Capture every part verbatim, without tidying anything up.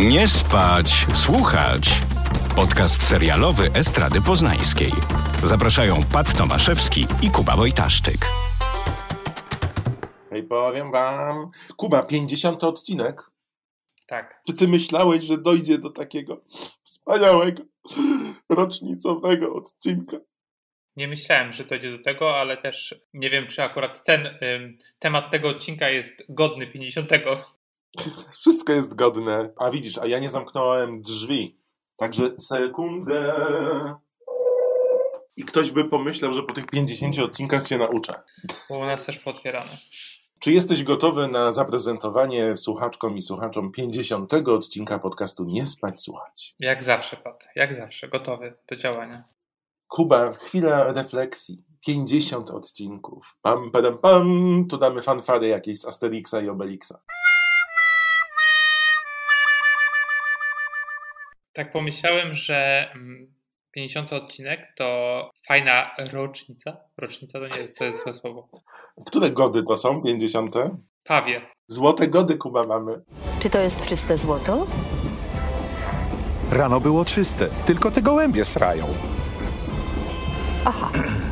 Nie spać, słuchać. Podcast serialowy Estrady Poznańskiej. Zapraszają Pat Tomaszewski i Kuba Wojtaszczyk. Hej, powiem wam. Kuba, pięćdziesiąty odcinek. Tak. Czy ty myślałeś, że dojdzie do takiego wspaniałego, rocznicowego odcinka? Nie myślałem, że dojdzie do tego, ale też nie wiem, czy akurat ten ym, temat tego odcinka jest godny pięćdziesiątego. Wszystko jest godne. A widzisz, a ja nie zamknąłem drzwi. Także sekundę. I ktoś by pomyślał, że po tych pięćdziesięciu odcinkach się nauczę. Bo u nas też potwierane. Czy jesteś gotowy na zaprezentowanie słuchaczkom i słuchaczom pięćdziesiątego odcinka podcastu Nie spać, słuchać? Jak zawsze, Pat. Jak zawsze. Gotowy do działania. Kuba, chwila refleksji. pięćdziesiąt odcinków. Pam, padam, pam. Tu damy fanfary jakieś z Asterixa i Obelixa. Tak pomyślałem, że pięćdziesiąty odcinek to fajna rocznica. Rocznica to nie jest, to jest złe słowo. Które gody to są pięćdziesiąte? Pawie. Złote gody, Kuba, mamy. Czy to jest czyste złoto? Rano było czyste, tylko te gołębie srają. Aha.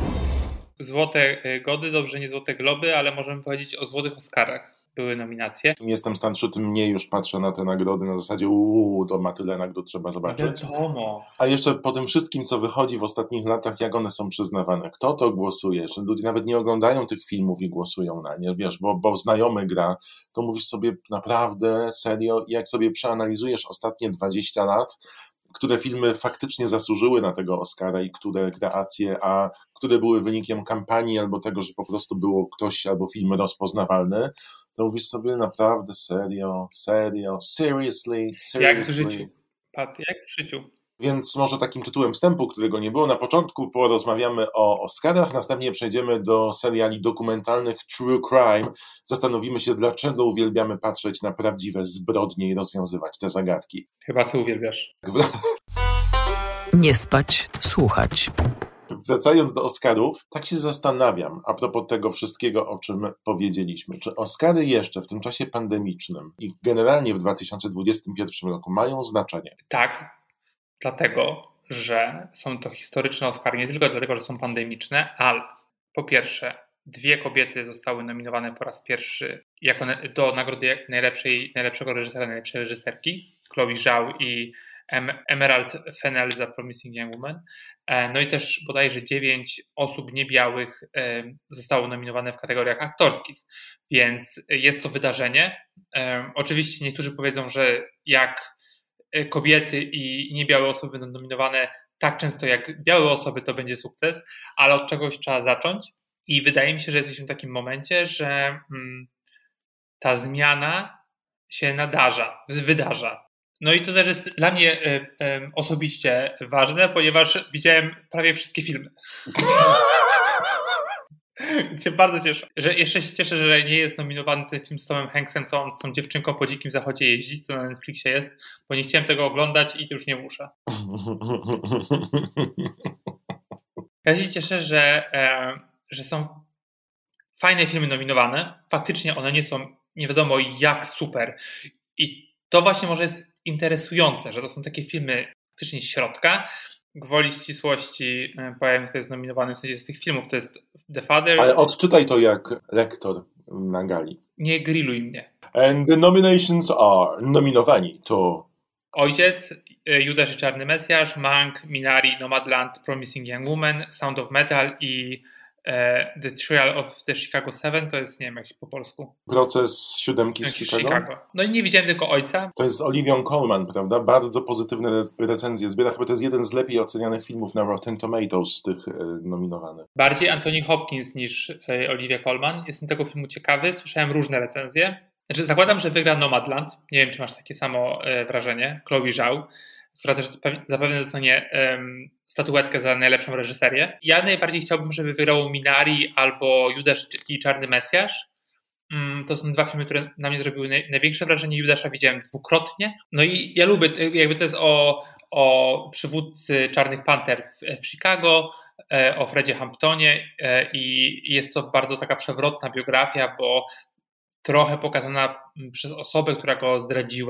Złote gody, dobrze nie złote globy, ale możemy powiedzieć o złotych Oscarach. Były nominacje. Im jestem starszy, tym mniej już patrzę na te nagrody na zasadzie uuu, to ma tyle nagród, trzeba zobaczyć. Wiadomo. A jeszcze po tym wszystkim, co wychodzi w ostatnich latach, jak one są przyznawane, kto to głosuje, że ludzie nawet nie oglądają tych filmów i głosują na nie, wiesz, bo, bo znajomy gra, to mówisz sobie naprawdę, serio, i jak sobie przeanalizujesz ostatnie dwadzieścia lat, które filmy faktycznie zasłużyły na tego Oscara i które kreacje, a które były wynikiem kampanii albo tego, że po prostu było ktoś albo film rozpoznawalny, to mówisz sobie naprawdę serio, serio, seriously, seriously. Jak w życiu, Pat, jak w życiu. Więc może takim tytułem wstępu, którego nie było na początku, porozmawiamy o Oscarach, następnie przejdziemy do seriali dokumentalnych True Crime. Zastanowimy się, dlaczego uwielbiamy patrzeć na prawdziwe zbrodnie i rozwiązywać te zagadki. Chyba ty uwielbiasz. Nie spać, słuchać. Wracając do Oscarów, tak się zastanawiam a propos tego wszystkiego, o czym powiedzieliśmy. Czy Oscary jeszcze w tym czasie pandemicznym i generalnie w dwa tysiące dwudziestym pierwszym roku mają znaczenie? Tak, dlatego, że są to historyczne Oscary, nie tylko dlatego, że są pandemiczne, ale po pierwsze, dwie kobiety zostały nominowane po raz pierwszy jako do nagrody najlepszej, najlepszego reżysera, najlepszej reżyserki, Chloe Zhao i Emerald Fennell za Promising Young Woman. No i też bodajże dziewięć osób niebiałych zostało nominowane w kategoriach aktorskich, więc jest to wydarzenie. Oczywiście niektórzy powiedzą, że jak kobiety i niebiałe osoby będą nominowane tak często jak białe osoby, to będzie sukces, ale od czegoś trzeba zacząć i wydaje mi się, że jesteśmy w takim momencie, że ta zmiana się nadarza, wydarza. No i to też jest dla mnie y, y, osobiście ważne, ponieważ widziałem prawie wszystkie filmy. się bardzo cieszę. Że jeszcze się cieszę, że nie jest nominowany ten film z Tomem Hanksem, co on z tą dziewczynką po dzikim zachodzie jeździ, to na Netflixie jest, bo nie chciałem tego oglądać i już nie muszę. Ja się cieszę, że, e, że są fajne filmy nominowane. Faktycznie one nie są nie wiadomo jak super. I to właśnie może jest interesujące, że to są takie filmy faktycznie z środka. Gwoli ścisłości powiem, kto jest nominowany w sensie z tych filmów, to jest The Father. Ale odczytaj to jak lektor na gali. Nie grilluj mnie. And the nominations are, nominowani to Ojciec, Judasz i Czarny Mesjasz, Mank, Minari, Nomadland, Promising Young Woman, Sound of Metal i The Trial of the Chicago Seven, to jest, nie wiem jak po polsku. Proces siódemki z Chicago? Chicago. No i nie widziałem tylko Ojca. To jest z Olivią Colman, prawda? Bardzo pozytywne recenzje zbiera. Chyba to jest jeden z lepiej ocenianych filmów na Rotten Tomatoes z tych e, nominowanych. Bardziej Anthony Hopkins niż e, Olivia Colman. Jestem tego filmu ciekawy. Słyszałem różne recenzje. Znaczy zakładam, że wygra Nomadland. Nie wiem, czy masz takie samo e, wrażenie. Chloe Zhao, która też zapewne dostanie um, statuetkę za najlepszą reżyserię. Ja najbardziej chciałbym, żeby wygrało Minari albo Judasz i Czarny Mesjasz. Um, to są dwa filmy, które na mnie zrobiły naj, największe wrażenie. Judasza widziałem dwukrotnie. No i ja lubię, jakby to jest o, o przywódcy Czarnych Panter w, w Chicago, e, o Fredzie Hamptonie e, i jest to bardzo taka przewrotna biografia, bo trochę pokazana przez osobę, która go zdradziła.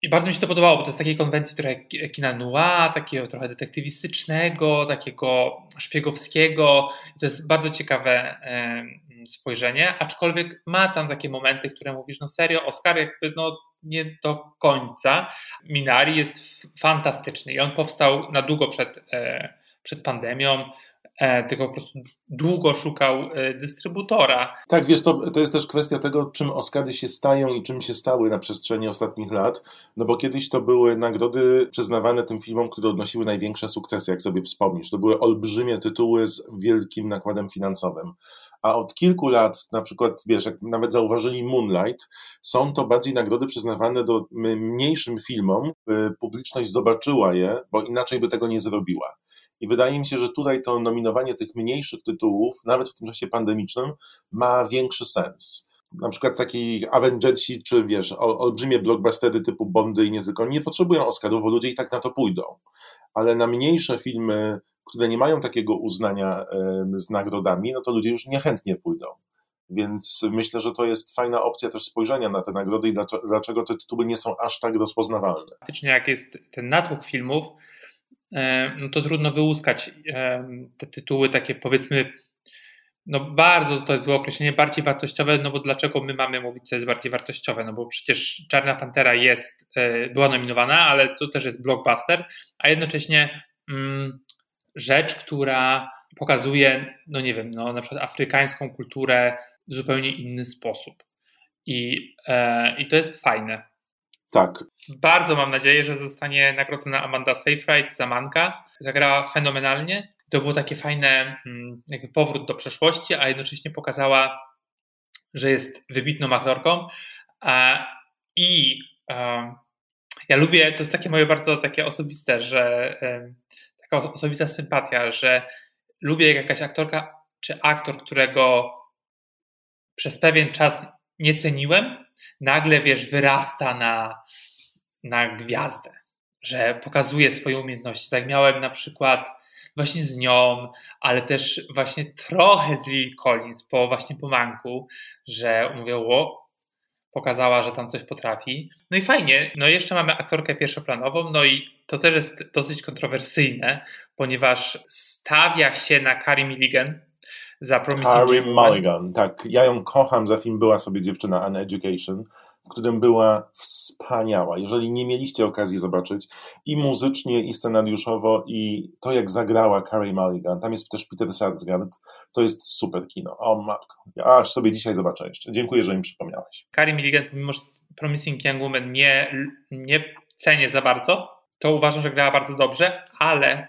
I bardzo mi się to podobało, bo to jest takiej konwencji trochę kina noir, takiego trochę detektywistycznego, takiego szpiegowskiego. To jest bardzo ciekawe spojrzenie, aczkolwiek ma tam takie momenty, które mówisz, no serio, Oscar jakby no nie do końca. Minari jest fantastyczny i on powstał na długo przed, przed pandemią, tylko po prostu długo szukał dystrybutora. Tak, wiesz co, to jest też kwestia tego, czym Oscary się stają i czym się stały na przestrzeni ostatnich lat, no bo kiedyś to były nagrody przyznawane tym filmom, które odnosiły największe sukcesy, jak sobie wspomnisz. To były olbrzymie tytuły z wielkim nakładem finansowym. A od kilku lat, na przykład, wiesz, jak nawet zauważyli Moonlight, są to bardziej nagrody przyznawane do mniejszym filmom, by publiczność zobaczyła je, bo inaczej by tego nie zrobiła. I wydaje mi się, że tutaj to nominowanie tych mniejszych tytułów, nawet w tym czasie pandemicznym, ma większy sens. Na przykład taki Avengersi, czy wiesz, olbrzymie blockbustery typu Bondy i nie tylko, nie potrzebują Oscarów, bo ludzie i tak na to pójdą. Ale na mniejsze filmy, które nie mają takiego uznania z nagrodami, no to ludzie już niechętnie pójdą. Więc myślę, że to jest fajna opcja też spojrzenia na te nagrody i dlaczego te tytuły nie są aż tak rozpoznawalne. Faktycznie jak jest ten natłok filmów, no to trudno wyłuskać te tytuły takie, powiedzmy, no bardzo, to jest złe określenie, bardziej wartościowe, no bo dlaczego my mamy mówić, co jest bardziej wartościowe, no bo przecież Czarna Pantera jest, była nominowana, ale to też jest blockbuster, a jednocześnie mm, rzecz, która pokazuje, no nie wiem, no na przykład afrykańską kulturę w zupełnie inny sposób i, e, i to jest fajne. Tak. Bardzo mam nadzieję, że zostanie nagrodzona Amanda Seyfried za Manka. Zagrała fenomenalnie. To było takie fajne jakby powrót do przeszłości, a jednocześnie pokazała, że jest wybitną aktorką. I ja lubię, to jest takie moje bardzo takie osobiste, że taka osobista sympatia, że lubię jak jakaś aktorka czy aktor, którego przez pewien czas nie ceniłem, nagle, wiesz, wyrasta na, na gwiazdę, że pokazuje swoje umiejętności. Tak miałem na przykład właśnie z nią, ale też właśnie trochę z Lily Collins, po właśnie po Manku, że mówię, o, pokazała, że tam coś potrafi. No i fajnie, no i jeszcze mamy aktorkę pierwszoplanową, no i to też jest dosyć kontrowersyjne, ponieważ stawia się na Carey Mulligan za Promising Carey Young Woman. Mulligan, tak. Ja ją kocham za film Była sobie dziewczyna, An Education, w którym była wspaniała. Jeżeli nie mieliście okazji zobaczyć i muzycznie, i scenariuszowo, i to jak zagrała Carey Mulligan, tam jest też Peter Sarsgaard, to jest super kino. O matko, ja aż sobie dzisiaj zobaczę jeszcze. Dziękuję, że mi przypomniałeś. Carey Mulligan, mimo że Promising Young Woman nie, nie cenię za bardzo, to uważam, że grała bardzo dobrze, ale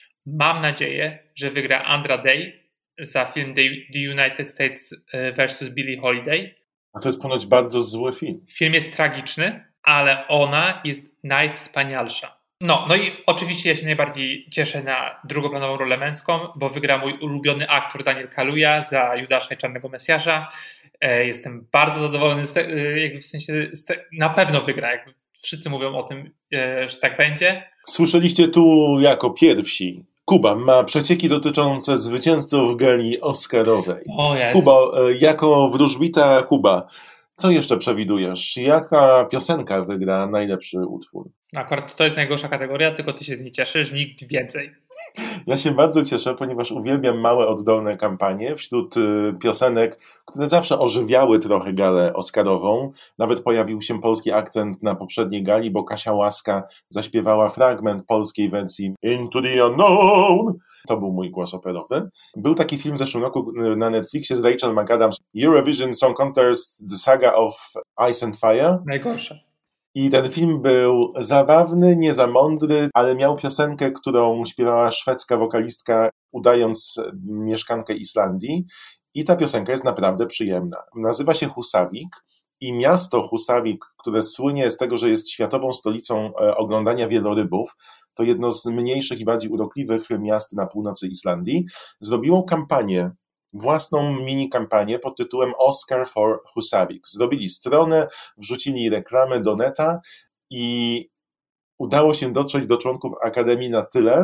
mam nadzieję, że wygra Andra Day za film The United States versus Billie Holiday. A to jest ponoć bardzo zły film. Film jest tragiczny, ale ona jest najwspanialsza. No, no i oczywiście ja się najbardziej cieszę na drugoplanową rolę męską, bo wygra mój ulubiony aktor Daniel Kaluuya za Judasza i Czarnego Mesjasza. Jestem bardzo zadowolony, jakby w sensie na pewno wygra, jakby wszyscy mówią o tym, że tak będzie. Słyszeliście tu jako pierwsi. Kuba ma przecieki dotyczące zwycięzców gali Oscarowej. O Jezu. Kuba, jako wróżbita Kuba, co jeszcze przewidujesz? Jaka piosenka wygra najlepszy utwór? Akurat to jest najgorsza kategoria, tylko ty się z niej cieszysz, nikt więcej. Ja się bardzo cieszę, ponieważ uwielbiam małe, oddolne kampanie wśród piosenek, które zawsze ożywiały trochę galę Oscarową. Nawet pojawił się polski akcent na poprzedniej gali, bo Kasia Łaska zaśpiewała fragment polskiej wersji Into the Unknown. To był mój głos operowy. Był taki film w zeszłym roku na Netflixie z Rachel McAdams, Eurovision Song Contest, The Saga of Ice and Fire. Najgorsze. I ten film był zabawny, nie za mądry, ale miał piosenkę, którą śpiewała szwedzka wokalistka, udając mieszkankę Islandii. I ta piosenka jest naprawdę przyjemna. Nazywa się Husavik i miasto Husavik, które słynie z tego, że jest światową stolicą oglądania wielorybów, to jedno z mniejszych i bardziej urokliwych miast na północy Islandii, zrobiło kampanię, własną mini kampanię pod tytułem Oscar for Husavik. Zrobili stronę, wrzucili reklamę do neta i udało się dotrzeć do członków Akademii na tyle,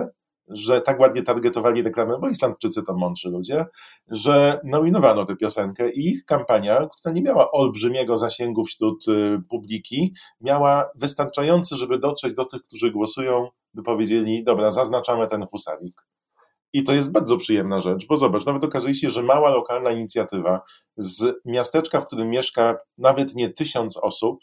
że tak ładnie targetowali reklamę, bo Islandczycy to mądrzy ludzie, że nominowano tę piosenkę i ich kampania, która nie miała olbrzymiego zasięgu wśród publiki, miała wystarczający, żeby dotrzeć do tych, którzy głosują, by powiedzieli, dobra, zaznaczamy ten Husawik. I to jest bardzo przyjemna rzecz, bo zobacz, nawet okazuje się, że mała lokalna inicjatywa z miasteczka, w którym mieszka nawet nie tysiąc osób,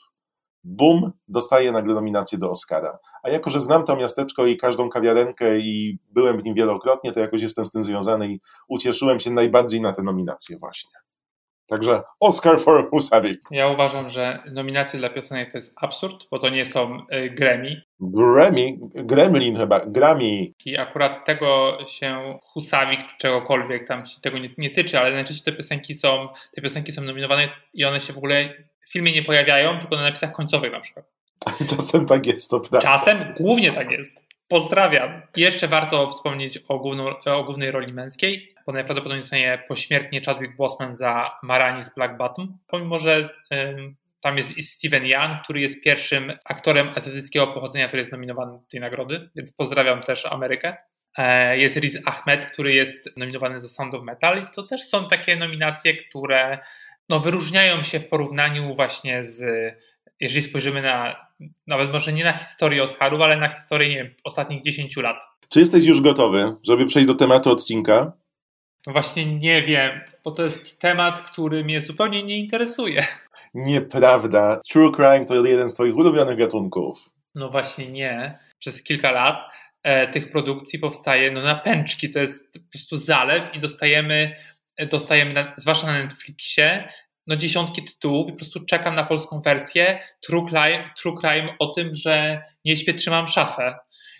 bum, dostaje nagle nominację do Oscara. A jako, że znam to miasteczko i każdą kawiarenkę i byłem w nim wielokrotnie, to jakoś jestem z tym związany i ucieszyłem się najbardziej na tę nominację właśnie. Także Oscar for Husavik. Ja uważam, że nominacje dla piosenek to jest absurd, bo to nie są y, Grammy. Grammy? Gremlin chyba, Grammy. I akurat tego się Husavik czy czegokolwiek tam się tego nie, nie tyczy, ale najczęściej te piosenki są, te piosenki są nominowane i one się w ogóle w filmie nie pojawiają, tylko na napisach końcowych na przykład. Czasem tak jest, to prawda. Czasem głównie tak jest. Pozdrawiam. I jeszcze warto wspomnieć o, główną, o głównej roli męskiej, bo najprawdopodobniej zostanie pośmiertnie Chadwick Boseman za Marani z Black Bottom, pomimo że ym, tam jest i Steven Yeun, który jest pierwszym aktorem azjatyckiego pochodzenia, który jest nominowany do tej nagrody, więc pozdrawiam też Amerykę. E, jest Riz Ahmed, który jest nominowany za Sound of Metal i to też są takie nominacje, które no, wyróżniają się w porównaniu właśnie z, jeżeli spojrzymy na, nawet może nie na historię Oscarów, ale na historię, nie wiem, ostatnich dziesięciu lat. Czy jesteś już gotowy, żeby przejść do tematu odcinka? No właśnie nie wiem, bo to jest temat, który mnie zupełnie nie interesuje. Nieprawda. True crime to jeden z twoich ulubionych gatunków. No właśnie nie. Przez kilka lat e, tych produkcji powstaje no na pęczki. To jest po prostu zalew i dostajemy, dostajemy na, zwłaszcza na Netflixie, no dziesiątki tytułów i po prostu czekam na polską wersję True Crime, True Crime o tym, że nie śpię, trzymam szafę.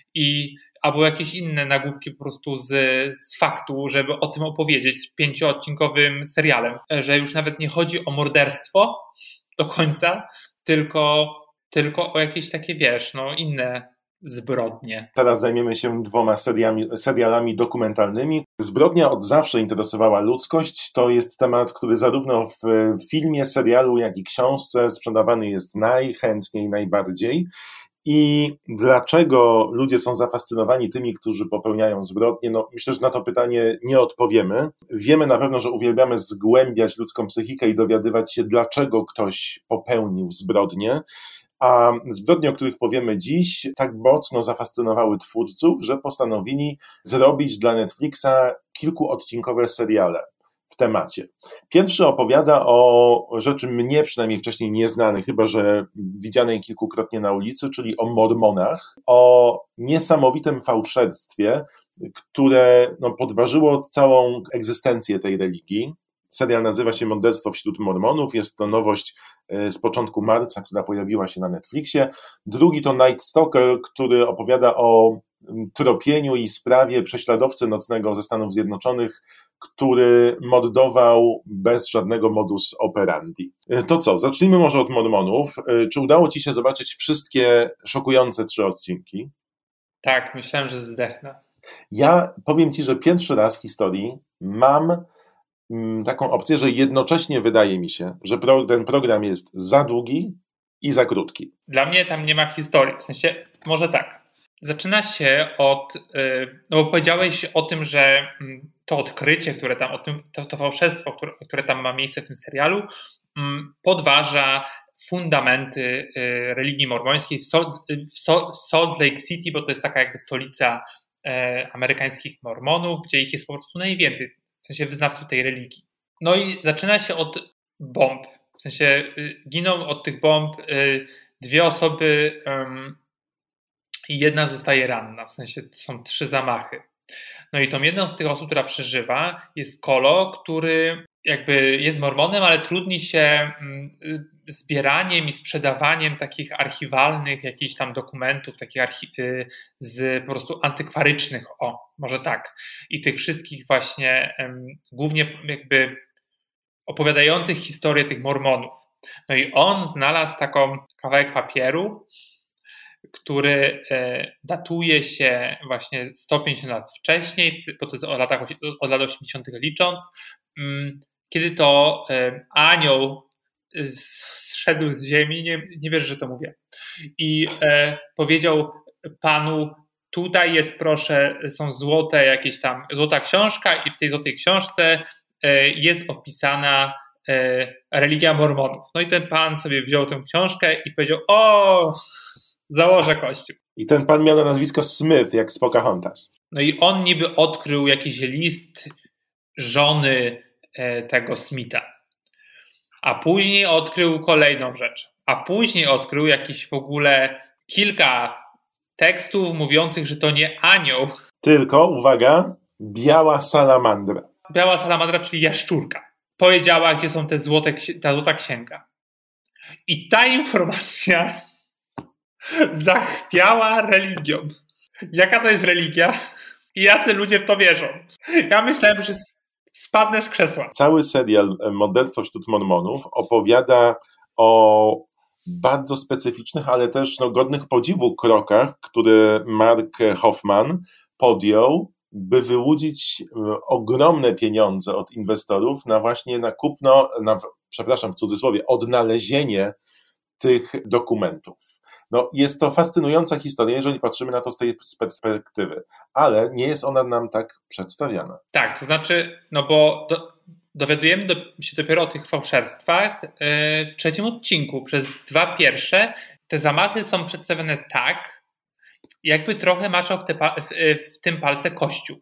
I albo jakieś inne nagłówki po prostu z, z faktu, żeby o tym opowiedzieć pięcioodcinkowym serialem, że już nawet nie chodzi o morderstwo do końca, tylko, tylko o jakieś takie, wiesz, no inne zbrodnie. Teraz zajmiemy się dwoma seriami, serialami dokumentalnymi. Zbrodnia od zawsze interesowała ludzkość. To jest temat, który zarówno w filmie, serialu, jak i książce sprzedawany jest najchętniej, najbardziej. I dlaczego ludzie są zafascynowani tymi, którzy popełniają zbrodnie? No, myślę, że na to pytanie nie odpowiemy. Wiemy na pewno, że uwielbiamy zgłębiać ludzką psychikę i dowiadywać się, dlaczego ktoś popełnił zbrodnię. A zbrodnie, o których powiemy dziś, tak mocno zafascynowały twórców, że postanowili zrobić dla Netflixa kilkuodcinkowe seriale w temacie. Pierwszy opowiada o rzeczy mnie przynajmniej wcześniej nieznanej, chyba że widzianej kilkukrotnie na ulicy, czyli o Mormonach, o niesamowitym fałszerstwie, które no, podważyło całą egzystencję tej religii. Serial nazywa się Morderstwo wśród Mormonów, jest to nowość z początku marca, która pojawiła się na Netflixie. Drugi to Night Stalker, który opowiada o tropieniu i sprawie prześladowcy nocnego ze Stanów Zjednoczonych, który mordował bez żadnego modus operandi. To co, zacznijmy może od Mormonów. Czy udało ci się zobaczyć wszystkie szokujące trzy odcinki? Tak, myślałem, że zdechnę. Ja powiem ci, że pierwszy raz w historii mam taką opcję, że jednocześnie wydaje mi się, że pro, ten program jest za długi i za krótki. Dla mnie tam nie ma historii, w sensie, może tak, zaczyna się od, no bo powiedziałeś o tym, że to odkrycie, które tam, o tym, to, to fałszerstwo, które, które tam ma miejsce w tym serialu, podważa fundamenty religii mormońskiej w Salt Lake City, bo to jest taka jakby stolica amerykańskich mormonów, gdzie ich jest po prostu najwięcej, w sensie wyznawców tej religii. No i zaczyna się od bomb. W sensie giną od tych bomb dwie osoby i jedna zostaje ranna. W sensie są trzy zamachy. No i tą jedną z tych osób, która przeżywa, jest Kolo, który jakby jest mormonem, ale trudni się zbieraniem i sprzedawaniem takich archiwalnych jakichś tam dokumentów, takich archi- z po prostu antykwarycznych, o, może tak. I tych wszystkich właśnie um, głównie jakby opowiadających historię tych mormonów. No i on znalazł taką kawałek papieru, który e, datuje się właśnie sto pięćdziesiąt lat wcześniej, bo to jest od, latach, od lat osiemdziesiątych licząc, um, kiedy to e, anioł zszedł z ziemi, nie, nie wiesz, że to mówię, i e, powiedział Panu, tutaj jest, proszę, są złote jakieś tam, złota książka i w tej złotej książce jest opisana religia Mormonów. No i ten pan sobie wziął tę książkę i powiedział, o, założę kościół. I ten pan miał na nazwisko Smith, jak z Pocahontas. No i on niby odkrył jakiś list żony tego Smitha. A później odkrył kolejną rzecz. A później odkrył jakiś w ogóle kilka tekstów mówiących, że to nie anioł. Tylko, uwaga, biała salamandra. Biała salamandra, czyli jaszczurka. Powiedziała, gdzie są te złote, ta złota księga. I ta informacja zachwiała religią. Jaka to jest religia? I jacy ludzie w to wierzą? Ja myślałem, że spadnę z krzesła. Cały serial Morderstwo wśród Mormonów opowiada o bardzo specyficznych, ale też no, godnych podziwu krokach, które Mark Hoffman podjął, by wyłudzić ogromne pieniądze od inwestorów na właśnie na kupno, na, przepraszam, w cudzysłowie, odnalezienie tych dokumentów. No, jest to fascynująca historia, jeżeli patrzymy na to z tej perspektywy, ale nie jest ona nam tak przedstawiana. Tak, to znaczy, no bo do, dowiadujemy do, się dopiero o tych fałszerstwach yy, w trzecim odcinku. Przez dwa pierwsze te zamachy są przedstawione tak, jakby trochę maczał w, te, w, w tym palce Kościół,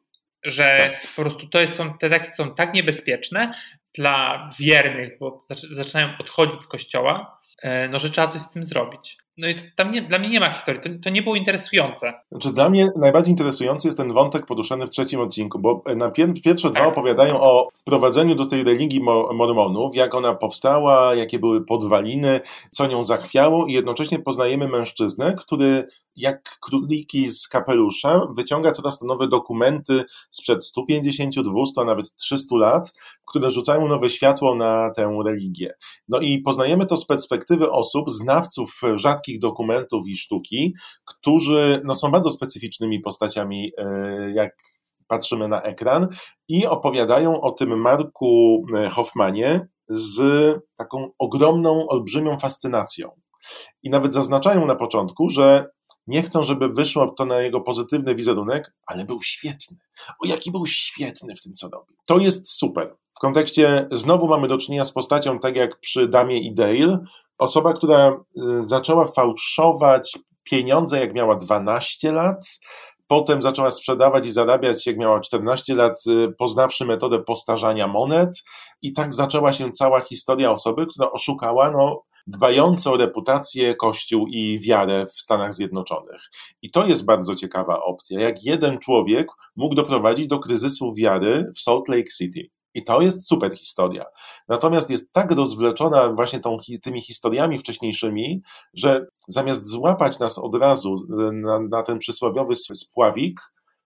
że tak. Po prostu to jest, są, te teksty są tak niebezpieczne dla wiernych, bo zaczynają odchodzić z Kościoła, yy, no, że trzeba coś z tym zrobić. No i tam nie, dla mnie nie ma historii, to, to nie było interesujące. Znaczy, dla mnie najbardziej interesujący jest ten wątek poruszany w trzecim odcinku, bo na pier- pierwsze dwa tak. opowiadają o wprowadzeniu do tej religii mo- mormonów, jak ona powstała, jakie były podwaliny, co nią zachwiało i jednocześnie poznajemy mężczyznę, który jak króliki z kapelusza wyciąga coraz to nowe dokumenty sprzed stu pięćdziesięciu, dwustu, a nawet trzystu lat, które rzucają nowe światło na tę religię. No i poznajemy to z perspektywy osób, znawców rzadkich dokumentów i sztuki, którzy no, są bardzo specyficznymi postaciami, jak patrzymy na ekran, i opowiadają o tym Marku Hoffmanie z taką ogromną, olbrzymią fascynacją. I nawet zaznaczają na początku, że nie chcą, żeby wyszło to na jego pozytywny wizerunek, ale był świetny. O, jaki był świetny w tym, co robił. To jest super. W kontekście znowu mamy do czynienia z postacią, tak jak przy Damie i Dale, osoba, która zaczęła fałszować pieniądze, jak miała dwanaście lat, potem zaczęła sprzedawać i zarabiać, jak miała czternaście lat, poznawszy metodę postarzania monet, i tak zaczęła się cała historia osoby, która oszukała no, dbający o reputację Kościół i wiarę w Stanach Zjednoczonych. I to jest bardzo ciekawa opcja, jak jeden człowiek mógł doprowadzić do kryzysu wiary w Salt Lake City. I to jest super historia. Natomiast jest tak rozwleczona właśnie tą, tymi historiami wcześniejszymi, że zamiast złapać nas od razu na, na ten przysłowiowy spławik,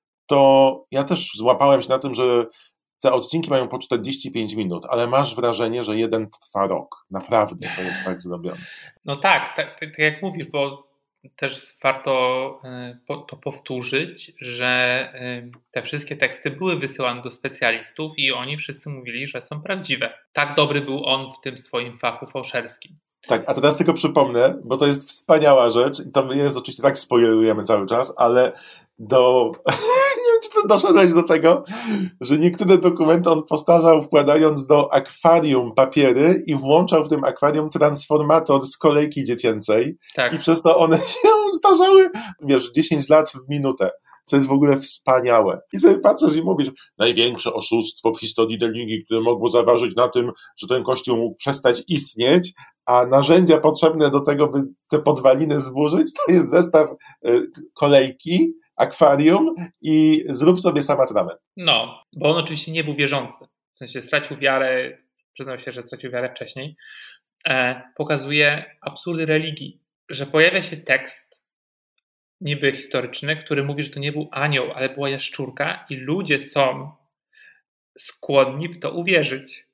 to ja też złapałem się na tym, że te odcinki mają po czterdzieści pięć minut, ale masz wrażenie, że jeden trwa rok. Naprawdę to jest tak zrobione. No tak, tak, tak jak mówisz, bo też warto to powtórzyć, że te wszystkie teksty były wysyłane do specjalistów i oni wszyscy mówili, że są prawdziwe. Tak dobry był on w tym swoim fachu fałszerskim. Tak, a teraz tylko przypomnę, bo to jest wspaniała rzecz i to jest oczywiście tak, spoilerujemy cały czas, ale do... nie wiem, czy to doszedłeś do tego, że niektóre dokumenty on postarzał, wkładając do akwarium papiery i włączał w tym akwarium transformator z kolejki dziecięcej. Tak. I przez to one się starzały, wiesz, dziesięć lat w minutę. Co jest w ogóle wspaniałe. I sobie patrzysz i mówisz, największe oszustwo w historii religii, które mogło zaważyć na tym, że ten kościół mógł przestać istnieć, a narzędzia potrzebne do tego, by te podwaliny zburzyć, to jest zestaw kolejki, akwarium i zrób sobie sam atrament. No, bo on oczywiście nie był wierzący. W sensie stracił wiarę, przyznał się, że stracił wiarę wcześniej. E, pokazuje absurdy religii, że pojawia się tekst niby historyczny, który mówi, że to nie był anioł, ale była jaszczurka i ludzie są skłonni w to uwierzyć.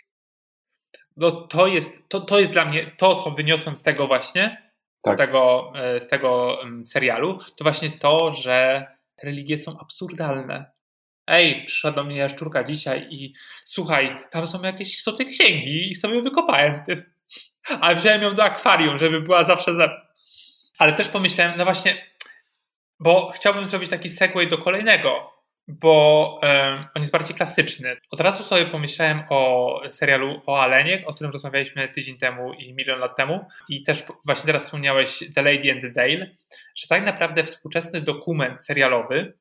No to jest, to, to jest dla mnie to, co wyniosłem z tego właśnie, tak. z, tego, z tego serialu, to właśnie to, że religie są absurdalne. Ej, przyszła do mnie jaszczurka dzisiaj i słuchaj, tam są jakieś są te księgi i sobie wykopałem. A wziąłem ją do akwarium, żeby była zawsze ze mną. Ale też pomyślałem, no właśnie, bo chciałbym zrobić taki segway do kolejnego, bo um, on jest bardziej klasyczny. Od razu sobie pomyślałem o serialu o Alenie, o którym rozmawialiśmy tydzień temu i milion lat temu i też właśnie teraz wspomniałeś The Lady and the Dale, że tak naprawdę współczesny dokument serialowy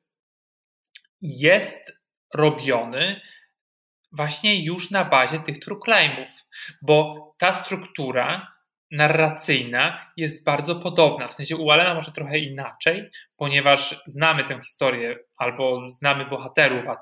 jest robiony właśnie już na bazie tych true crime'ów, bo ta struktura narracyjna jest bardzo podobna. W sensie u Allena może trochę inaczej, ponieważ znamy tę historię albo znamy bohaterów, a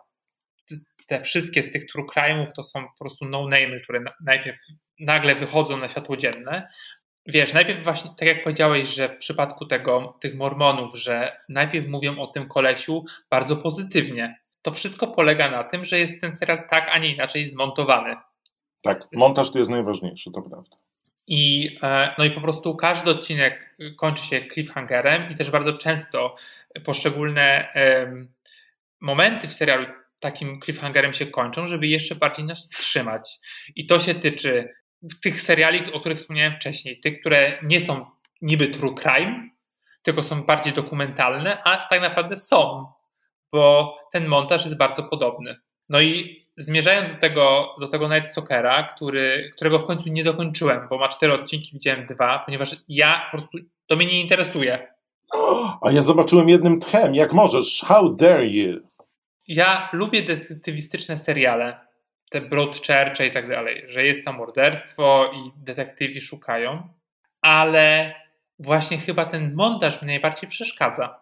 te wszystkie z tych true crime'ów to są po prostu no-name'y, które najpierw nagle wychodzą na światło dzienne. Wiesz, najpierw właśnie, tak jak powiedziałeś, że w przypadku tego, tych Mormonów, że najpierw mówią o tym kolesiu bardzo pozytywnie. To wszystko polega na tym, że jest ten serial tak, a nie inaczej zmontowany. Tak, montaż to jest najważniejszy, to prawda. I, no i po prostu każdy odcinek kończy się cliffhangerem i też bardzo często poszczególne um, momenty w serialu takim cliffhangerem się kończą, żeby jeszcze bardziej nas trzymać. I to się tyczy tych seriali, o których wspomniałem wcześniej, tych, które nie są niby true crime, tylko są bardziej dokumentalne, a tak naprawdę są, bo ten montaż jest bardzo podobny. No i zmierzając do tego, do tego Night Stalkera, który, którego w końcu nie dokończyłem, bo ma cztery odcinki, widziałem dwa, ponieważ ja po prostu, to mnie nie interesuje. A ja zobaczyłem jednym tchem, jak możesz, how dare you? Ja lubię detektywistyczne seriale, te Broadchurche i tak dalej, że jest tam morderstwo i detektywi szukają, ale właśnie chyba ten montaż mi najbardziej przeszkadza.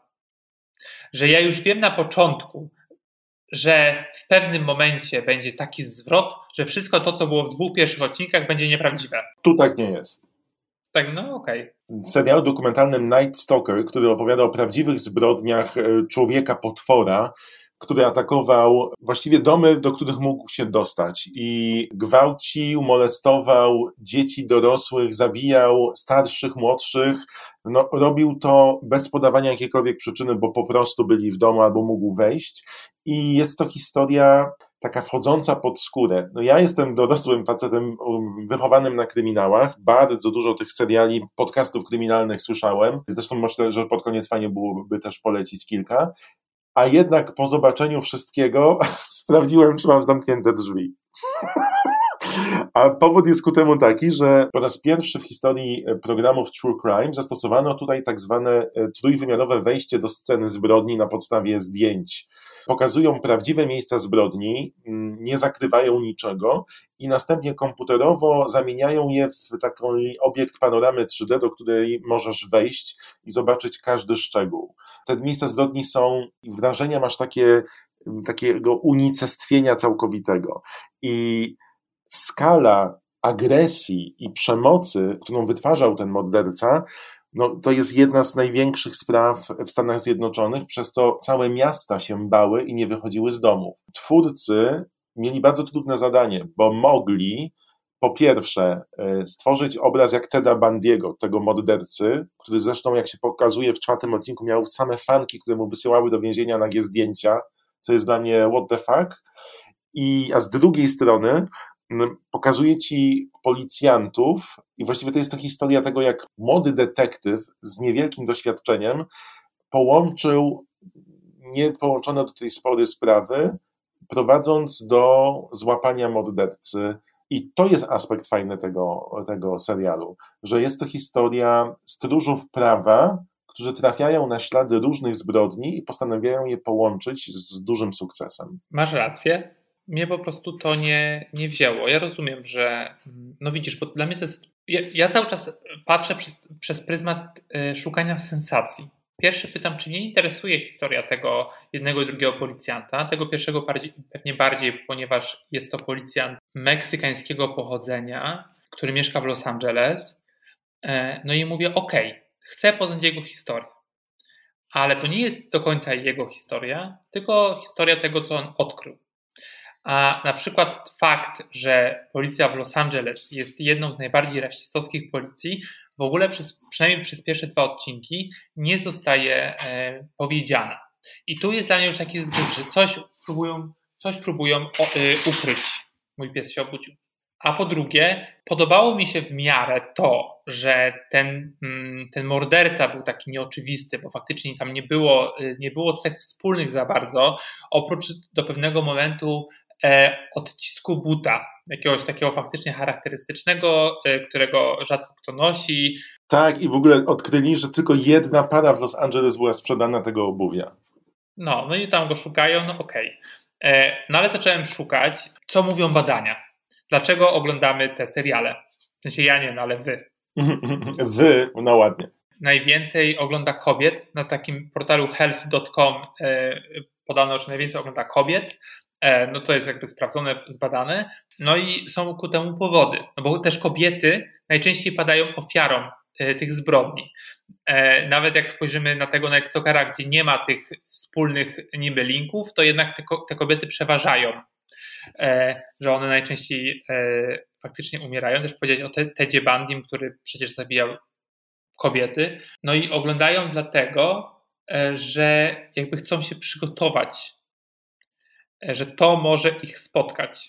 Że ja już wiem na początku, że w pewnym momencie będzie taki zwrot, że wszystko to, co było w dwóch pierwszych odcinkach, będzie nieprawdziwe. Tu tak nie jest. Tak, no okej. Okay. Serialu dokumentalnym Night Stalker, który opowiada o prawdziwych zbrodniach człowieka-potwora, który atakował właściwie domy, do których mógł się dostać i gwałcił, molestował dzieci dorosłych, zabijał starszych, młodszych. No, robił to bez podawania jakiejkolwiek przyczyny, bo po prostu byli w domu albo mógł wejść. I jest to historia taka wchodząca pod skórę. No ja jestem dorosłym facetem wychowanym na kryminałach. Bardzo dużo tych seriali, podcastów kryminalnych słyszałem. Zresztą myślę, że pod koniec fajnie byłoby też polecić kilka. A jednak po zobaczeniu wszystkiego sprawdziłem, czy mam zamknięte drzwi. A powód jest ku temu taki, że po raz pierwszy w historii programów True Crime zastosowano tutaj tak zwane trójwymiarowe wejście do sceny zbrodni na podstawie zdjęć. Pokazują prawdziwe miejsca zbrodni, nie zakrywają niczego i następnie komputerowo zamieniają je w taki obiekt panoramy trzy D, do której możesz wejść i zobaczyć każdy szczegół. Te miejsca zbrodni są, wrażenia masz takie, takiego unicestwienia całkowitego i skala agresji i przemocy, którą wytwarzał ten morderca, no, to jest jedna z największych spraw w Stanach Zjednoczonych, przez co całe miasta się bały i nie wychodziły z domów. Twórcy mieli bardzo trudne zadanie, bo mogli po pierwsze stworzyć obraz jak Teda Bundy'ego, tego mordercy, który zresztą, jak się pokazuje w czwartym odcinku, miał same fanki, które mu wysyłały do więzienia nagie zdjęcia, co jest dla mnie what the fuck. I, a z drugiej strony pokazuje ci policjantów i właściwie to jest to historia tego, jak młody detektyw z niewielkim doświadczeniem połączył niepołączone do tej pory sprawy, prowadząc do złapania mordercy. I to jest aspekt fajny tego, tego serialu, że jest to historia stróżów prawa, którzy trafiają na ślady różnych zbrodni i postanawiają je połączyć z dużym sukcesem. Masz rację. Mnie po prostu to nie, nie wzięło. Ja rozumiem, że no widzisz, bo dla mnie to jest... Ja, ja cały czas patrzę przez, przez pryzmat y, szukania sensacji. Pierwszy pytam, czy mnie interesuje historia tego jednego i drugiego policjanta. Tego pierwszego bardziej, pewnie bardziej, ponieważ jest to policjant meksykańskiego pochodzenia, który mieszka w Los Angeles. E, no i mówię, okej, okay, chcę poznać jego historię. Ale to nie jest do końca jego historia, tylko historia tego, co on odkrył. A na przykład fakt, że policja w Los Angeles jest jedną z najbardziej rasistowskich policji, w ogóle przez, przynajmniej przez pierwsze dwa odcinki nie zostaje e, powiedziana. I tu jest dla mnie już taki zbyt, że coś próbują, coś próbują o, y, ukryć. Mój pies się obudził. A po drugie, podobało mi się w miarę to, że ten, ten morderca był taki nieoczywisty, bo faktycznie tam nie było, nie było cech wspólnych za bardzo, oprócz do pewnego momentu e, odcisku buta, jakiegoś takiego faktycznie charakterystycznego, e, którego rzadko kto nosi. Tak, i w ogóle odkryli, że tylko jedna para w Los Angeles była sprzedana tego obuwia. No, no i tam go szukają, no okej. Okay. No ale zacząłem szukać, co mówią badania. Dlaczego oglądamy te seriale? W sensie ja nie, no ale wy. Wy, no ładnie. Najwięcej ogląda kobiet. Na takim portalu health kropka com e, podano, że najwięcej ogląda kobiet. E, no to jest jakby sprawdzone, zbadane. No i są ku temu powody. No bo też kobiety najczęściej padają ofiarą e, tych zbrodni. E, nawet jak spojrzymy na tego Night Stalkera, gdzie nie ma tych wspólnych niby linków, to jednak te, te kobiety przeważają. E, że one najczęściej e, faktycznie umierają. Też powiedzieć o te, Tedzie Bundim, który przecież zabijał kobiety. No i oglądają dlatego, e, że jakby chcą się przygotować, e, że to może ich spotkać.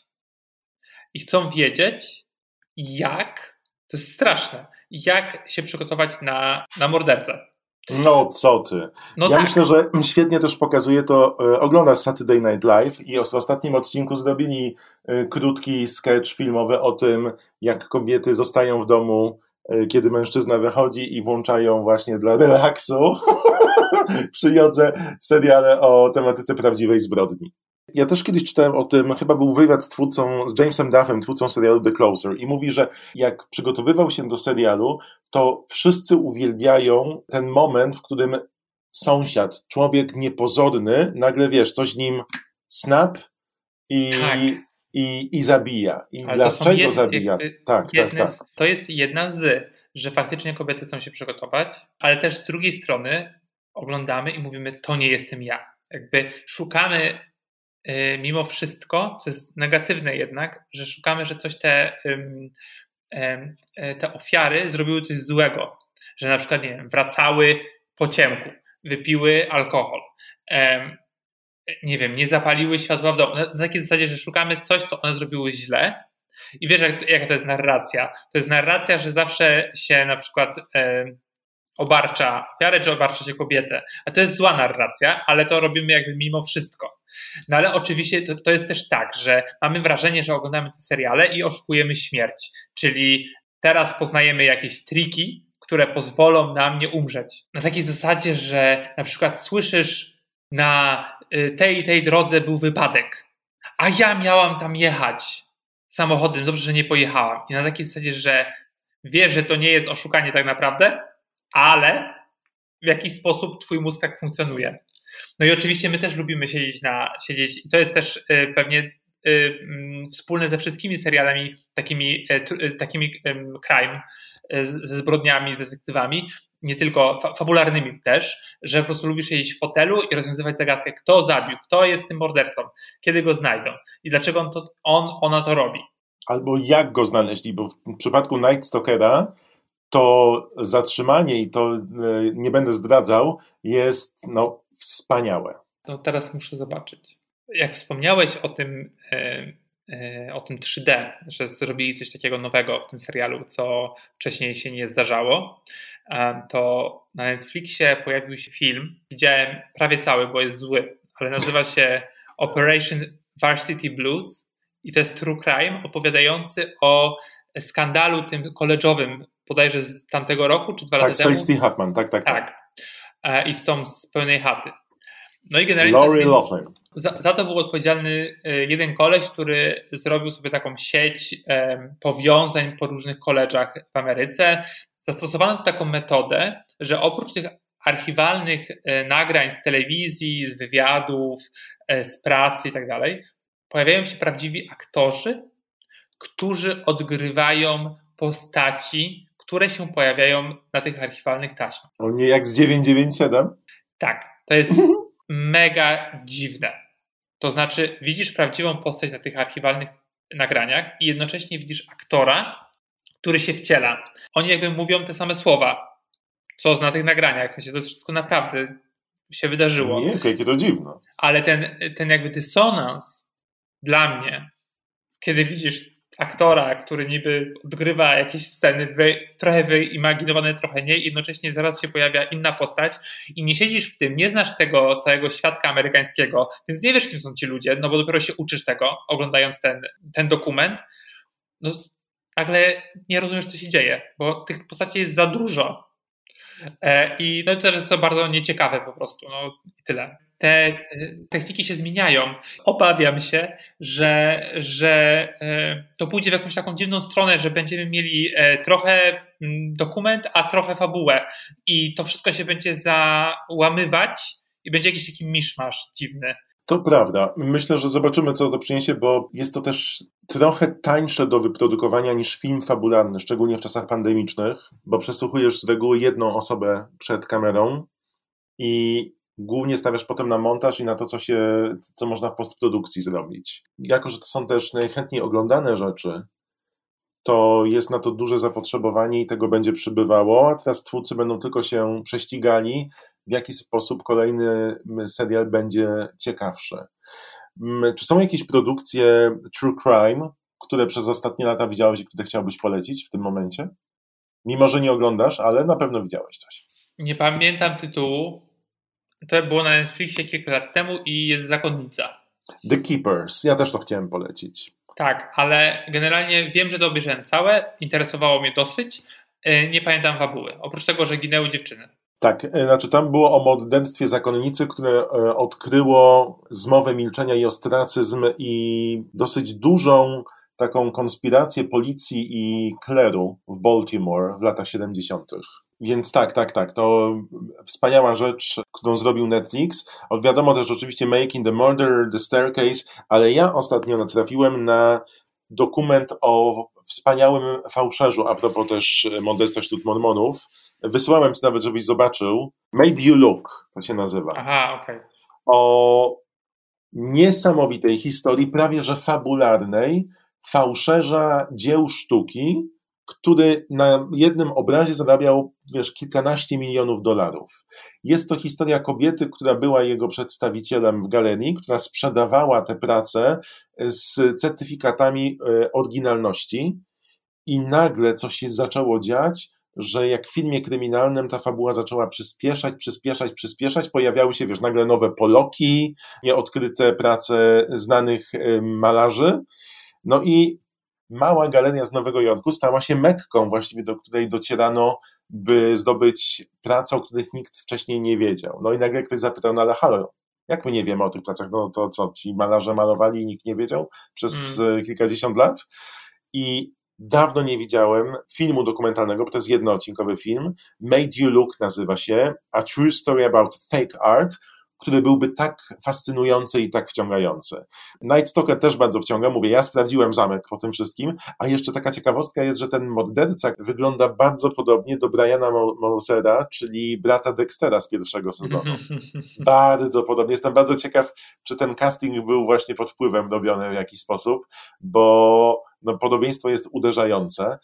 I chcą wiedzieć, jak, to jest straszne, jak się przygotować na, na mordercę. No co ty. No ja tak. myślę, że świetnie też pokazuje to, e, oglądasz Saturday Night Live i w ostatnim odcinku zrobili e, krótki sketch filmowy o tym, jak kobiety zostają w domu, e, kiedy mężczyzna wychodzi i włączają właśnie dla relaksu przy jodze seriale o tematyce prawdziwej zbrodni. Ja też kiedyś czytałem o tym, chyba był wywiad z twórcą, z Jamesem Duffem, twórcą serialu The Closer, i mówi, że jak przygotowywał się do serialu, to wszyscy uwielbiają ten moment, w którym sąsiad, człowiek niepozorny, nagle wiesz, coś nim snap i, tak. i, i zabija. I ale dlaczego jed, zabija? Tak, tak, tak. Z, to jest jedna z, że faktycznie kobiety chcą się przygotować, ale też z drugiej strony oglądamy i mówimy, to nie jestem ja. Jakby szukamy mimo wszystko, co jest negatywne jednak, że szukamy, że coś te, te ofiary zrobiły coś złego. Że na przykład, nie wiem, wracały po ciemku, wypiły alkohol, nie wiem, nie zapaliły światła w domu. Na takiej zasadzie, że szukamy coś, co one zrobiły źle. I wiesz, jak, jaka to jest narracja? To jest narracja, że zawsze się na przykład obarcza ofiarę, czy obarcza się kobietę. A to jest zła narracja, ale to robimy jakby mimo wszystko. No ale oczywiście to, to jest też tak, że mamy wrażenie, że oglądamy te seriale i oszukujemy śmierć. Czyli teraz poznajemy jakieś triki, które pozwolą nam nie umrzeć. Na takiej zasadzie, że na przykład słyszysz, na tej i tej drodze był wypadek, a ja miałam tam jechać samochodem, dobrze, że nie pojechałam. I na takiej zasadzie, że wiesz, że to nie jest oszukanie tak naprawdę, ale w jakiś sposób twój mózg tak funkcjonuje. No i oczywiście my też lubimy siedzieć na siedzieć i to jest też y, pewnie y, y, wspólne ze wszystkimi serialami takimi, y, takimi y, crime, y, ze zbrodniami, z detektywami, nie tylko fa- fabularnymi też, że po prostu lubisz siedzieć w fotelu i rozwiązywać zagadkę, kto zabił, kto jest tym mordercą, kiedy go znajdą i dlaczego on, to, on ona to robi. Albo jak go znaleźli, bo w przypadku Night Stalkera to zatrzymanie, i to nie będę zdradzał, jest no wspaniałe. No teraz muszę zobaczyć. Jak wspomniałeś o tym, e, e, o tym trzy D, że zrobili coś takiego nowego w tym serialu, co wcześniej się nie zdarzało, e, to na Netflixie pojawił się film, widziałem prawie cały, bo jest zły, ale nazywa się Operation Varsity Blues i to jest true crime opowiadający o skandalu tym college'owym, bodajże z tamtego roku, czy dwa tak, lata temu. Tak, z Felicity Huffman, tak, tak, tak. tak. I z tą z Pełnej chaty. No i generalnie Lori Loughlin. Za, za to był odpowiedzialny jeden koleś, który zrobił sobie taką sieć um, powiązań po różnych college'ach w Ameryce. Zastosowano taką metodę, że oprócz tych archiwalnych e, nagrań z telewizji, z wywiadów, e, z prasy i tak dalej, pojawiają się prawdziwi aktorzy, którzy odgrywają postaci, które się pojawiają na tych archiwalnych taśmach. O nie, jak z dziewięćset dziewięćdziesiąt siedem? Tak, to jest mega dziwne. To znaczy widzisz prawdziwą postać na tych archiwalnych nagraniach i jednocześnie widzisz aktora, który się wciela. Oni jakby mówią te same słowa, co na tych nagraniach. W sensie to wszystko naprawdę się wydarzyło. Nie, jakie to dziwne. Ale ten, ten jakby dysonans dla mnie, kiedy widzisz aktora, który niby odgrywa jakieś sceny wy, trochę wyimaginowane, trochę nie, i jednocześnie zaraz się pojawia inna postać i nie siedzisz w tym, nie znasz tego całego świadka amerykańskiego, więc nie wiesz, kim są ci ludzie, no bo dopiero się uczysz tego, oglądając ten, ten dokument, no nagle nie rozumiesz, co się dzieje, bo tych postaci jest za dużo. E, I no też jest to bardzo nieciekawe po prostu, no i tyle. Te techniki się zmieniają. Obawiam się, że, że to pójdzie w jakąś taką dziwną stronę, że będziemy mieli trochę dokument, a trochę fabułę. I to wszystko się będzie załamywać i będzie jakiś taki miszmasz dziwny. To prawda. Myślę, że zobaczymy, co to przyniesie, bo jest to też trochę tańsze do wyprodukowania niż film fabularny, szczególnie w czasach pandemicznych, bo przesłuchujesz z reguły jedną osobę przed kamerą i głównie stawiasz potem na montaż i na to, co się, co można w postprodukcji zrobić. Jako że to są też najchętniej oglądane rzeczy, to jest na to duże zapotrzebowanie i tego będzie przybywało, a teraz twórcy będą tylko się prześcigali, w jaki sposób kolejny serial będzie ciekawszy. Czy są jakieś produkcje true crime, które przez ostatnie lata widziałeś i które chciałbyś polecić w tym momencie? Mimo że nie oglądasz, ale na pewno widziałeś coś. Nie pamiętam tytułu. To było na Netflixie kilka lat temu i jest Zakonnica. The Keepers. Ja też to chciałem polecić. Tak, ale generalnie wiem, że to obejrzałem całe, interesowało mnie dosyć. Nie pamiętam fabuły, oprócz tego, że ginęły dziewczyny. Tak, znaczy tam było o morderstwie zakonnicy, które odkryło zmowę milczenia i ostracyzm i dosyć dużą taką konspirację policji i kleru w Baltimore w latach siedemdziesiątych. Więc tak, tak, tak, to wspaniała rzecz, którą zrobił Netflix. Wiadomo też oczywiście Making the Murderer, The Staircase, ale ja ostatnio natrafiłem na dokument o wspaniałym fałszerzu, a propos też morderstwa wśród Mormonów. Wysłałem ci nawet, żebyś zobaczył. Made You Look, to się nazywa. Aha, okej. Okay. O niesamowitej historii, prawie że fabularnej, fałszerza dzieł sztuki, który na jednym obrazie zarabiał, wiesz, kilkanaście milionów dolarów. Jest to historia kobiety, która była jego przedstawicielem w galerii, która sprzedawała te prace z certyfikatami oryginalności i nagle coś się zaczęło dziać, że jak w filmie kryminalnym ta fabuła zaczęła przyspieszać, przyspieszać, przyspieszać, pojawiały się, wiesz, nagle nowe Poloki, nieodkryte prace znanych malarzy, no i mała galeria z Nowego Jorku stała się Mekką właściwie, do której docierano, by zdobyć pracę, o których nikt wcześniej nie wiedział. No i nagle ktoś zapytał, no ale halo, jak my nie wiemy o tych pracach? No to co, ci malarze malowali i nikt nie wiedział przez mm. kilkadziesiąt lat? I dawno nie widziałem filmu dokumentalnego, bo to jest jednoodcinkowy film, Made You Look nazywa się, A True Story About Fake Art, który byłby tak fascynujący i tak wciągający. Night Stalker też bardzo wciąga, mówię, ja sprawdziłem zamek po tym wszystkim, a jeszcze taka ciekawostka jest, że ten morderca wygląda bardzo podobnie do Briana Morsera, czyli brata Dextera z pierwszego sezonu. Bardzo podobnie. Jestem bardzo ciekaw, czy ten casting był właśnie pod wpływem robiony w jakiś sposób, bo no, podobieństwo jest uderzające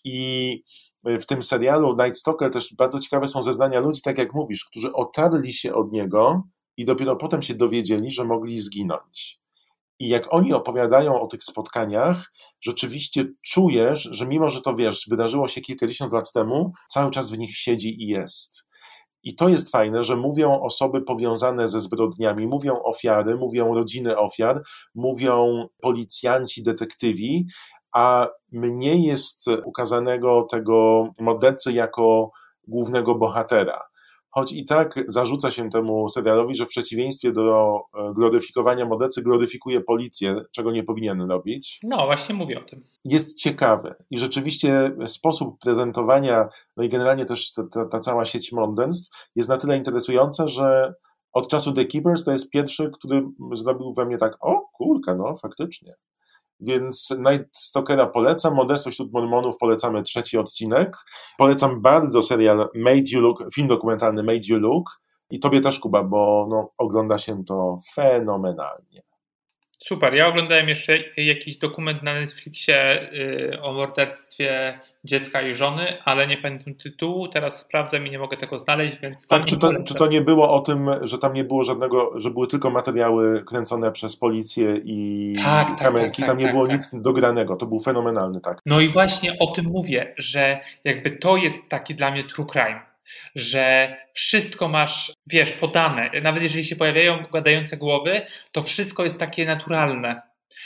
i w tym serialu Night Stalker też bardzo ciekawe są zeznania ludzi, tak jak mówisz, którzy otarli się od niego i dopiero potem się dowiedzieli, że mogli zginąć. I jak oni opowiadają o tych spotkaniach, rzeczywiście czujesz, że mimo, że to wiesz, wydarzyło się kilkadziesiąt lat temu, cały czas w nich siedzi i jest. I to jest fajne, że mówią osoby powiązane ze zbrodniami, mówią ofiary, mówią rodziny ofiar, mówią policjanci, detektywi, a mniej jest ukazanego tego mordercy jako głównego bohatera. Choć i tak zarzuca się temu serialowi, że w przeciwieństwie do gloryfikowania mordercy gloryfikuje policję, czego nie powinien robić. No, właśnie mówię o tym. Jest ciekawy i rzeczywiście sposób prezentowania, no i generalnie też ta, ta, ta cała sieć morderstw jest na tyle interesująca, że od czasu The Keepers to jest pierwszy, który zrobił we mnie tak, o kurka, no faktycznie. Więc Night Stalkera polecam, Morderstwo wśród Mormonów polecamy trzeci odcinek. Polecam bardzo serial Made You Look, film dokumentalny Made You Look i tobie też, Kuba, bo no, ogląda się to fenomenalnie. Super. Ja oglądałem jeszcze jakiś dokument na Netflixie yy, o morderstwie dziecka i żony, ale nie pamiętam tytułu. Teraz sprawdzam i nie mogę tego znaleźć, więc... Tak, czy to, czy to nie było o tym, że tam nie było żadnego, że były tylko materiały kręcone przez policję i tak, tak, kamerki, tak, tam tak, nie było tak, nic dogranego. To był fenomenalny, tak. No i właśnie o tym mówię, że jakby to jest taki dla mnie true crime. Że wszystko masz, wiesz, podane. Nawet jeżeli się pojawiają gadające głowy, to wszystko jest takie naturalne,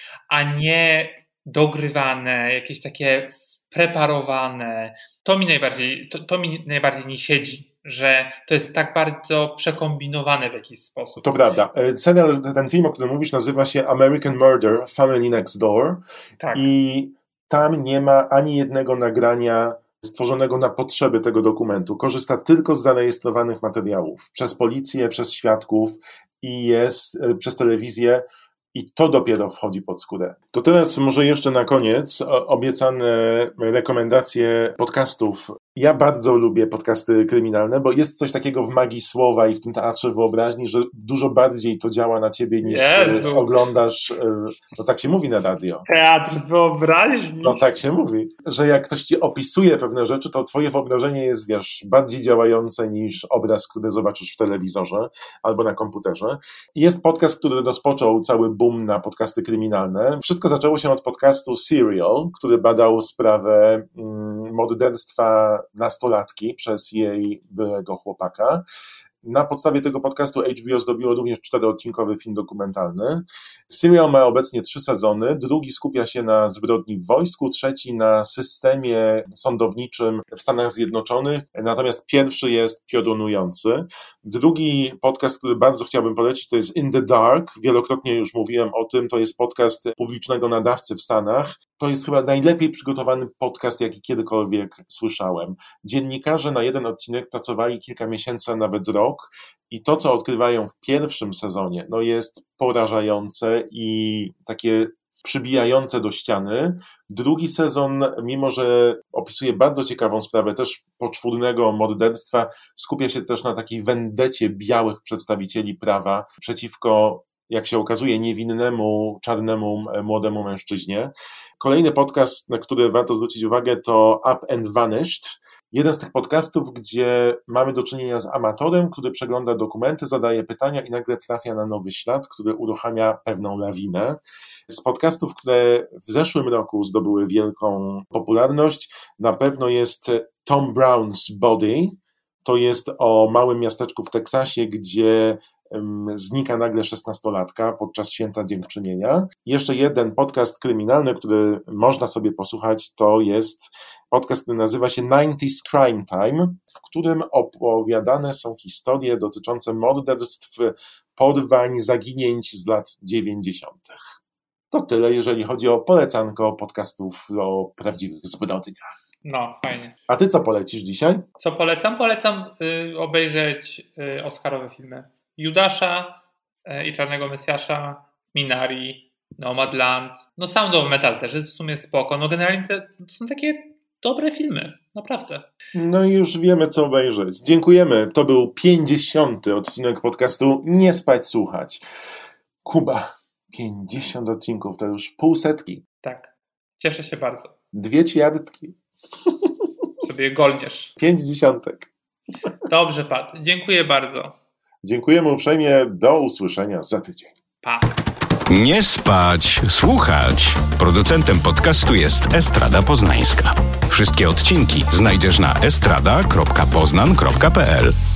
a nie dogrywane, jakieś takie spreparowane. To mi najbardziej, to, to mi najbardziej nie siedzi, że to jest tak bardzo przekombinowane w jakiś sposób. To prawda. Serial, ten film, o którym mówisz, nazywa się American Murder, Family Next Door. Tak. I tam nie ma ani jednego nagrania stworzonego na potrzeby tego dokumentu. Korzysta tylko z zarejestrowanych materiałów przez policję, przez świadków i jest przez telewizję i to dopiero wchodzi pod skórę. To teraz może jeszcze na koniec obiecane rekomendacje podcastów. Ja bardzo lubię podcasty kryminalne, bo jest coś takiego w magii słowa i w tym teatrze wyobraźni, że dużo bardziej to działa na ciebie niż Jezu. oglądasz, no tak się mówi na radio. Teatr wyobraźni? No tak się mówi, że jak ktoś ci opisuje pewne rzeczy, to twoje wyobrażenie jest, wiesz, bardziej działające niż obraz, który zobaczysz w telewizorze albo na komputerze. Jest podcast, który rozpoczął cały boom na podcasty kryminalne. Wszystko zaczęło się od podcastu Serial, który badał sprawę mm, morderstwa nastolatki przez jej byłego chłopaka. Na podstawie tego podcastu H B O zdobiło również czteroodcinkowy film dokumentalny. Serial ma obecnie trzy sezony. Drugi skupia się na zbrodni w wojsku, trzeci na systemie sądowniczym w Stanach Zjednoczonych, natomiast pierwszy jest piorunujący. Drugi podcast, który bardzo chciałbym polecić, to jest In the Dark. Wielokrotnie już mówiłem o tym. To jest podcast publicznego nadawcy w Stanach. To jest chyba najlepiej przygotowany podcast, jaki kiedykolwiek słyszałem. Dziennikarze na jeden odcinek pracowali kilka miesięcy, a nawet rok. I to, co odkrywają w pierwszym sezonie, no jest porażające i takie przybijające do ściany. Drugi sezon, mimo że opisuje bardzo ciekawą sprawę też poczwórnego morderstwa, skupia się też na takiej wendecie białych przedstawicieli prawa przeciwko, jak się okazuje, niewinnemu, czarnemu, młodemu mężczyźnie. Kolejny podcast, na który warto zwrócić uwagę, to Up and Vanished. Jeden z tych podcastów, gdzie mamy do czynienia z amatorem, który przegląda dokumenty, zadaje pytania i nagle trafia na nowy ślad, który uruchamia pewną lawinę. Z podcastów, które w zeszłym roku zdobyły wielką popularność, na pewno jest Tom Brown's Body. To jest o małym miasteczku w Teksasie, gdzie znika nagle szesnastolatka podczas święta dziękczynienia. Jeszcze jeden podcast kryminalny, który można sobie posłuchać, to jest podcast, który nazywa się dziewięćdziesiąt Crime Time, w którym opowiadane są historie dotyczące morderstw, porwań, zaginięć z lat dziewięćdziesiątych. To tyle, jeżeli chodzi o polecanko podcastów o prawdziwych zbrodniach. No, fajnie. A ty co polecisz dzisiaj? Co polecam? Polecam y, obejrzeć y, Oscarowe filmy. Judasza y, i Czarnego Mesjasza, Minari, Nomadland. No Sound of Metal też jest w sumie spoko. No generalnie te, to są takie dobre filmy. Naprawdę. No i już wiemy, co obejrzeć. Dziękujemy. To był pięćdziesiąty odcinek podcastu Nie spać, słuchać. Kuba, pięćdziesiąt odcinków to już pół setki. Tak. Cieszę się bardzo. Dwie ćwiartki. Sobie golniesz. Pięć dziesiątek. Dobrze, Pat. Dziękuję bardzo. Dziękujemy uprzejmie. Do usłyszenia za tydzień. Pa. Nie spać, słuchać. Producentem podcastu jest Estrada Poznańska. Wszystkie odcinki znajdziesz na estrada kropka poznan kropka p l.